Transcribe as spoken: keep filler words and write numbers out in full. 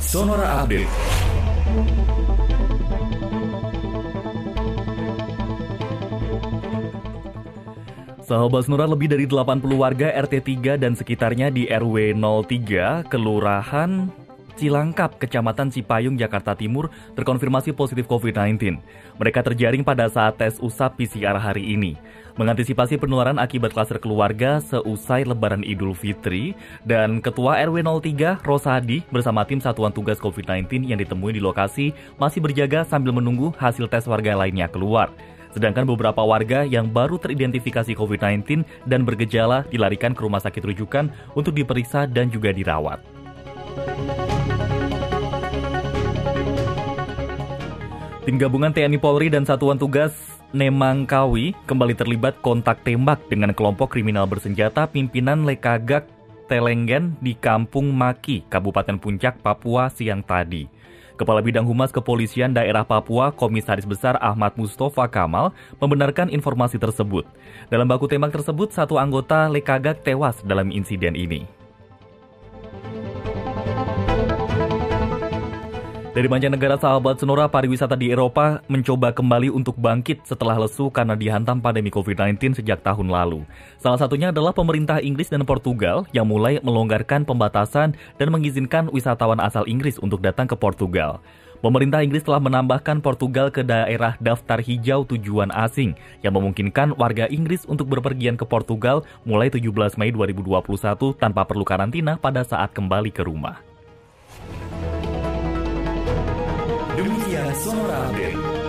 Sonora Update. Sahabat Sonora, lebih dari delapan puluh warga R T tiga dan sekitarnya di R W nol tiga, Kelurahan Cilangkap, Kecamatan Cipayung, Jakarta Timur terkonfirmasi positif covid sembilan belas. Mereka terjaring pada saat tes usap P C R hari ini. Mengantisipasi penularan akibat klaster keluarga seusai Lebaran Idul Fitri, dan Ketua R W nol tiga, Rosadi, bersama tim Satuan Tugas covid sembilan belas yang ditemui di lokasi masih berjaga sambil menunggu hasil tes warga lainnya keluar. Sedangkan beberapa warga yang baru teridentifikasi covid sembilan belas dan bergejala dilarikan ke rumah sakit rujukan untuk diperiksa dan juga dirawat. Tim gabungan T N I Polri dan Satuan Tugas Nemangkawi kembali terlibat kontak tembak dengan kelompok kriminal bersenjata pimpinan Lekagak Telenggen di Kampung Maki, Kabupaten Puncak, Papua siang tadi. Kepala Bidang Humas Kepolisian Daerah Papua, Komisaris Besar Ahmad Mustafa Kamal, membenarkan informasi tersebut. Dalam baku tembak tersebut, satu anggota Lekagak tewas dalam insiden ini. Dari mancanegara, sahabat Sonora, pariwisata di Eropa mencoba kembali untuk bangkit setelah lesu karena dihantam pandemi covid sembilan belas sejak tahun lalu. Salah satunya adalah pemerintah Inggris dan Portugal yang mulai melonggarkan pembatasan dan mengizinkan wisatawan asal Inggris untuk datang ke Portugal. Pemerintah Inggris telah menambahkan Portugal ke daerah daftar hijau tujuan asing yang memungkinkan warga Inggris untuk berpergian ke Portugal mulai tujuh belas Mei dua ribu dua puluh satu tanpa perlu karantina pada saat kembali ke rumah. Demikian Sonora Update.